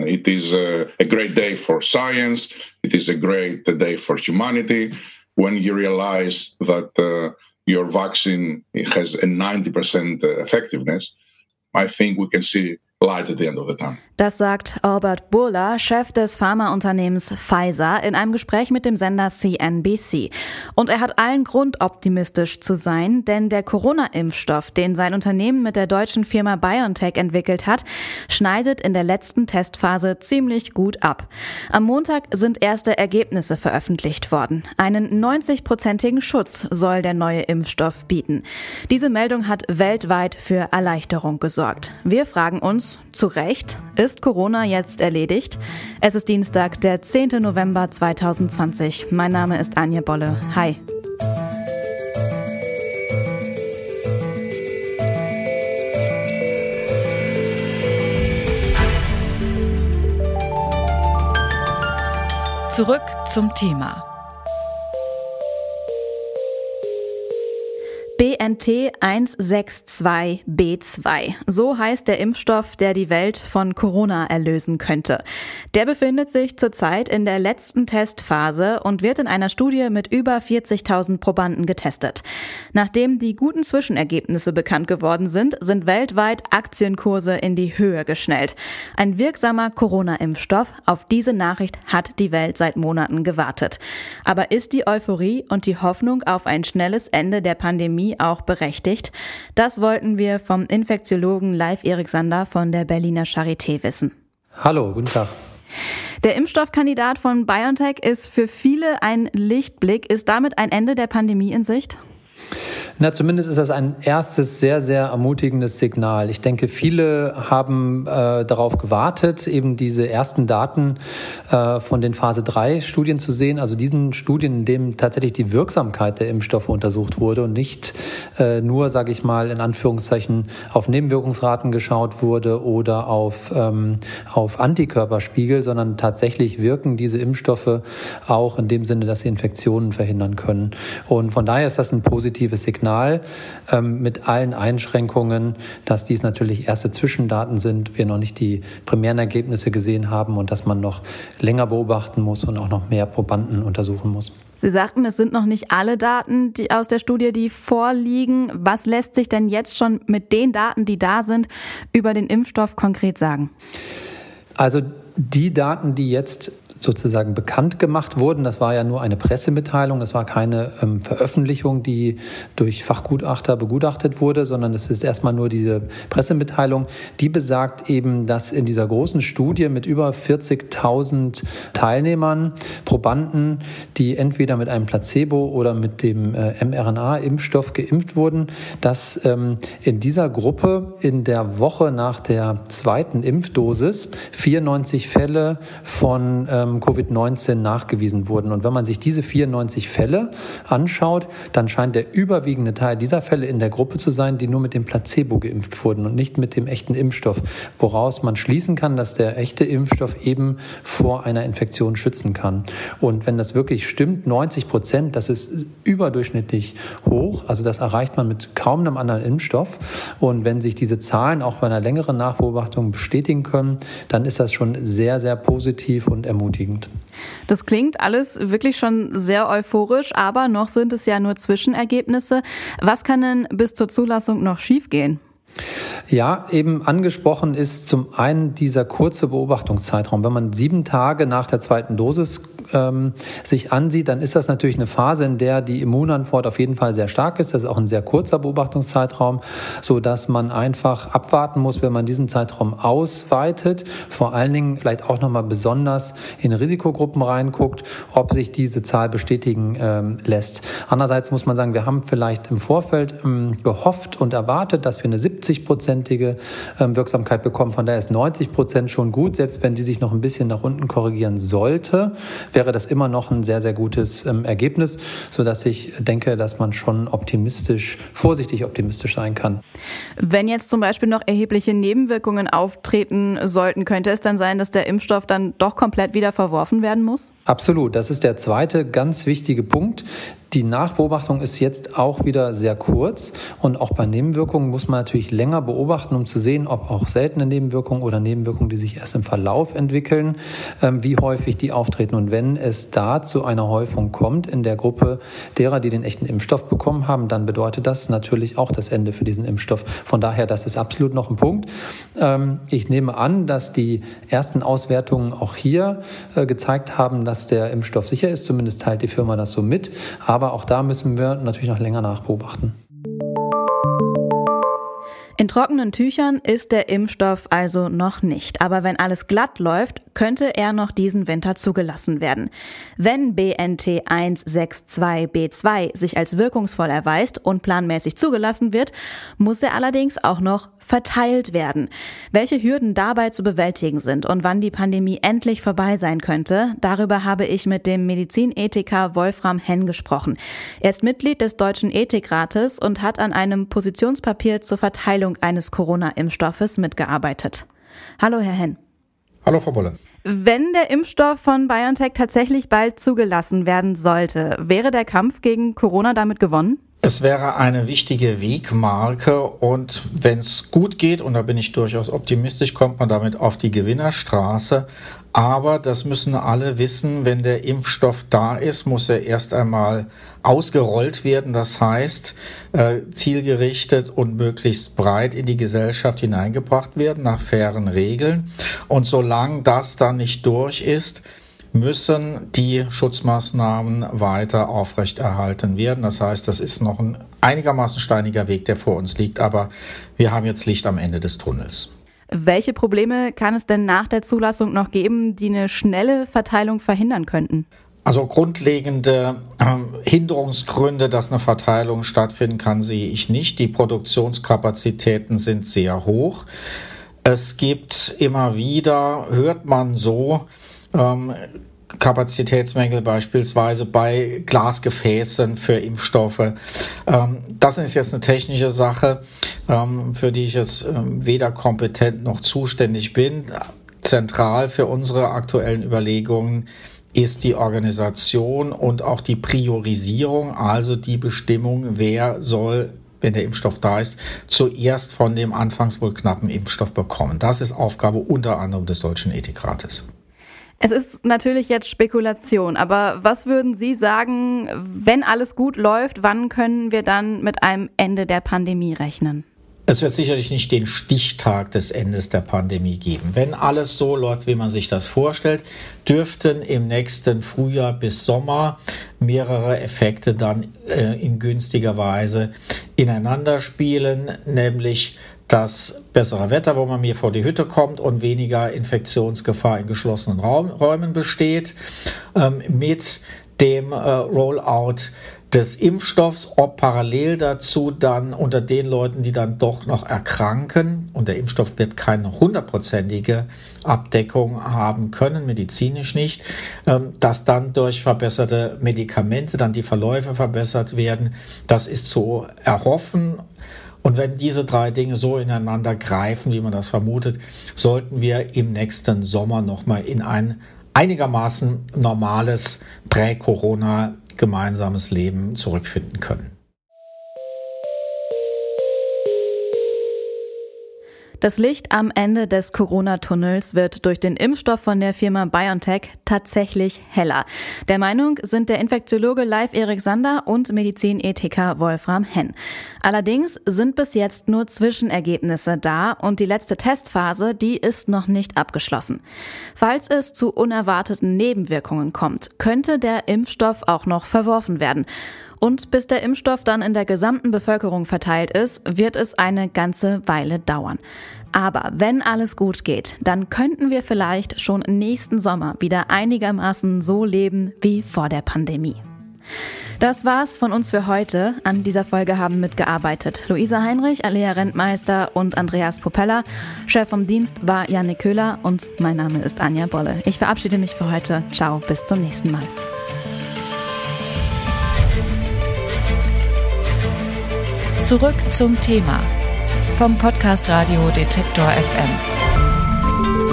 It is a great day for science. It is a great day for humanity. When you realize that your vaccine has a 90% effectiveness, I think we can see light at the end of the tunnel. Das sagt Albert Bourla, Chef des Pharmaunternehmens Pfizer, in einem Gespräch mit dem Sender CNBC. Und er hat allen Grund, optimistisch zu sein, denn der Corona-Impfstoff, den sein Unternehmen mit der deutschen Firma BioNTech entwickelt hat, schneidet in der letzten Testphase ziemlich gut ab. Am Montag sind erste Ergebnisse veröffentlicht worden. Einen 90-prozentigen Schutz soll der neue Impfstoff bieten. Diese Meldung hat weltweit für Erleichterung gesorgt. Wir fragen uns, zu Recht, ist Corona jetzt erledigt? Es ist Dienstag, der 10. November 2020. Mein Name ist Anja Bolle. Hi. Zurück zum Thema. BNT 162b2. So heißt der Impfstoff, der die Welt von Corona erlösen könnte. Der befindet sich zurzeit in der letzten Testphase und wird in einer Studie mit über 40.000 Probanden getestet. Nachdem die guten Zwischenergebnisse bekannt geworden sind, sind weltweit Aktienkurse in die Höhe geschnellt. Ein wirksamer Corona-Impfstoff, auf diese Nachricht hat die Welt seit Monaten gewartet. Aber ist die Euphorie und die Hoffnung auf ein schnelles Ende der Pandemie auch berechtigt? Das wollten wir vom Infektiologen Leif-Erik Sander von der Berliner Charité wissen. Hallo, guten Tag. Der Impfstoffkandidat von BioNTech ist für viele ein Lichtblick. Ist damit ein Ende der Pandemie in Sicht? Na, zumindest ist das ein erstes sehr, sehr ermutigendes Signal. Ich denke, viele haben darauf gewartet, eben diese ersten Daten von den Phase-3-Studien zu sehen, also diesen Studien, in denen tatsächlich die Wirksamkeit der Impfstoffe untersucht wurde und nicht nur, sage ich mal, in Anführungszeichen auf Nebenwirkungsraten geschaut wurde oder auf Antikörperspiegel, sondern tatsächlich wirken diese Impfstoffe auch in dem Sinne, dass sie Infektionen verhindern können. Und von daher ist das ein positives Signal, mit allen Einschränkungen, dass dies natürlich erste Zwischendaten sind, wir noch nicht die primären Ergebnisse gesehen haben und dass man noch länger beobachten muss und auch noch mehr Probanden untersuchen muss. Sie sagten, es sind noch nicht alle Daten aus der Studie, die vorliegen. Was lässt sich denn jetzt schon mit den Daten, die da sind, über den Impfstoff konkret sagen? Also die Daten, die jetzt sozusagen bekannt gemacht wurden, das war ja nur eine Pressemitteilung, das war keine Veröffentlichung, die durch Fachgutachter begutachtet wurde, sondern es ist erstmal nur diese Pressemitteilung, die besagt eben, dass in dieser großen Studie mit über 40.000 Teilnehmern, Probanden, die entweder mit einem Placebo oder mit dem mRNA-Impfstoff geimpft wurden, dass in dieser Gruppe in der Woche nach der zweiten Impfdosis 94 Fälle von Covid-19 nachgewiesen wurden. Und wenn man sich diese 94 Fälle anschaut, dann scheint der überwiegende Teil dieser Fälle in der Gruppe zu sein, die nur mit dem Placebo geimpft wurden und nicht mit dem echten Impfstoff, woraus man schließen kann, dass der echte Impfstoff eben vor einer Infektion schützen kann. Und wenn das wirklich stimmt, 90%, das ist überdurchschnittlich hoch, also das erreicht man mit kaum einem anderen Impfstoff. Und wenn sich diese Zahlen auch bei einer längeren Nachbeobachtung bestätigen können, dann ist das schon sehr, sehr positiv und ermutigend. Das klingt alles wirklich schon sehr euphorisch, aber noch sind es ja nur Zwischenergebnisse. Was kann denn bis zur Zulassung noch schiefgehen? Ja, eben angesprochen ist zum einen dieser kurze Beobachtungszeitraum. Wenn man 7 Tage nach der zweiten Dosis sich ansieht, dann ist das natürlich eine Phase, in der die Immunantwort auf jeden Fall sehr stark ist. Das ist auch ein sehr kurzer Beobachtungszeitraum, so dass man einfach abwarten muss, wenn man diesen Zeitraum ausweitet. Vor allen Dingen vielleicht auch nochmal besonders in Risikogruppen reinguckt, ob sich diese Zahl bestätigen lässt. Andererseits muss man sagen, wir haben vielleicht im Vorfeld gehofft und erwartet, dass wir eine 70-prozentige Wirksamkeit bekommen. Von daher ist 90% schon gut, selbst wenn die sich noch ein bisschen nach unten korrigieren sollte, wäre das immer noch ein sehr, sehr gutes Ergebnis, sodass ich denke, dass man schon vorsichtig optimistisch sein kann. Wenn jetzt zum Beispiel noch erhebliche Nebenwirkungen auftreten sollten, könnte es dann sein, dass der Impfstoff dann doch komplett wieder verworfen werden muss? Absolut. Das ist der zweite ganz wichtige Punkt. Die Nachbeobachtung ist jetzt auch wieder sehr kurz und auch bei Nebenwirkungen muss man natürlich länger beobachten, um zu sehen, ob auch seltene Nebenwirkungen oder Nebenwirkungen, die sich erst im Verlauf entwickeln, wie häufig die auftreten. Und wenn es da zu einer Häufung kommt in der Gruppe derer, die den echten Impfstoff bekommen haben, dann bedeutet das natürlich auch das Ende für diesen Impfstoff. Von daher, das ist absolut noch ein Punkt. Ich nehme an, dass die ersten Auswertungen auch hier gezeigt haben, dass der Impfstoff sicher ist. Zumindest teilt die Firma das so mit. Aber auch da müssen wir natürlich noch länger nachbeobachten. In trockenen Tüchern ist der Impfstoff also noch nicht. Aber wenn alles glatt läuft, könnte er noch diesen Winter zugelassen werden. Wenn BNT162b2 sich als wirkungsvoll erweist und planmäßig zugelassen wird, muss er allerdings auch noch verteilt werden. Welche Hürden dabei zu bewältigen sind und wann die Pandemie endlich vorbei sein könnte, darüber habe ich mit dem Medizinethiker Wolfram Henn gesprochen. Er ist Mitglied des Deutschen Ethikrates und hat an einem Positionspapier zur Verteilung eines Corona-Impfstoffes mitgearbeitet. Hallo, Herr Henn. Hallo, Frau Bolle. Wenn der Impfstoff von BioNTech tatsächlich bald zugelassen werden sollte, wäre der Kampf gegen Corona damit gewonnen? Es wäre eine wichtige Wegmarke und wenn es gut geht, und da bin ich durchaus optimistisch, kommt man damit auf die Gewinnerstraße. Aber das müssen alle wissen, wenn der Impfstoff da ist, muss er erst einmal ausgerollt werden. Das heißt, zielgerichtet und möglichst breit in die Gesellschaft hineingebracht werden, nach fairen Regeln. Und solange das dann nicht durch ist, müssen die Schutzmaßnahmen weiter aufrechterhalten werden. Das heißt, das ist noch ein einigermaßen steiniger Weg, der vor uns liegt, aber wir haben jetzt Licht am Ende des Tunnels. Welche Probleme kann es denn nach der Zulassung noch geben, die eine schnelle Verteilung verhindern könnten? Also grundlegende Hinderungsgründe, dass eine Verteilung stattfinden kann, sehe ich nicht. Die Produktionskapazitäten sind sehr hoch. Es gibt immer wieder, hört man so, Kapazitätsmängel beispielsweise bei Glasgefäßen für Impfstoffe. Das ist jetzt eine technische Sache, für die ich jetzt weder kompetent noch zuständig bin. Zentral für unsere aktuellen Überlegungen ist die Organisation und auch die Priorisierung, also die Bestimmung, wer soll, wenn der Impfstoff da ist, zuerst von dem anfangs wohl knappen Impfstoff bekommen. Das ist Aufgabe unter anderem des Deutschen Ethikrates. Es ist natürlich jetzt Spekulation, aber was würden Sie sagen, wenn alles gut läuft, wann können wir dann mit einem Ende der Pandemie rechnen? Es wird sicherlich nicht den Stichtag des Endes der Pandemie geben. Wenn alles so läuft, wie man sich das vorstellt, dürften im nächsten Frühjahr bis Sommer mehrere Effekte dann in günstiger Weise ineinander spielen, nämlich das bessere Wetter, wo man mehr vor die Hütte kommt und weniger Infektionsgefahr in geschlossenen Räumen besteht, mit dem Rollout des Impfstoffs, ob parallel dazu dann unter den Leuten, die dann doch noch erkranken, und der Impfstoff wird keine 100%ige Abdeckung haben können, medizinisch nicht, dass dann durch verbesserte Medikamente dann die Verläufe verbessert werden. Das ist zu erhoffen. Und wenn diese drei Dinge so ineinander greifen, wie man das vermutet, sollten wir im nächsten Sommer nochmal in ein einigermaßen normales Prä-Corona gemeinsames Leben zurückfinden können. Das Licht am Ende des Corona-Tunnels wird durch den Impfstoff von der Firma BioNTech tatsächlich heller. Der Meinung sind der Infektiologe Leif-Erik Sander und Medizinethiker Wolfram Henn. Allerdings sind bis jetzt nur Zwischenergebnisse da und die letzte Testphase, die ist noch nicht abgeschlossen. Falls es zu unerwarteten Nebenwirkungen kommt, könnte der Impfstoff auch noch verworfen werden. Und bis der Impfstoff dann in der gesamten Bevölkerung verteilt ist, wird es eine ganze Weile dauern. Aber wenn alles gut geht, dann könnten wir vielleicht schon nächsten Sommer wieder einigermaßen so leben wie vor der Pandemie. Das war's von uns für heute. An dieser Folge haben mitgearbeitet Luisa Heinrich, Alea Rentmeister und Andreas Popella. Chef vom Dienst war Jannik Köhler und mein Name ist Anja Bolle. Ich verabschiede mich für heute. Ciao, bis zum nächsten Mal. Zurück zum Thema vom Podcast Radio Detektor FM.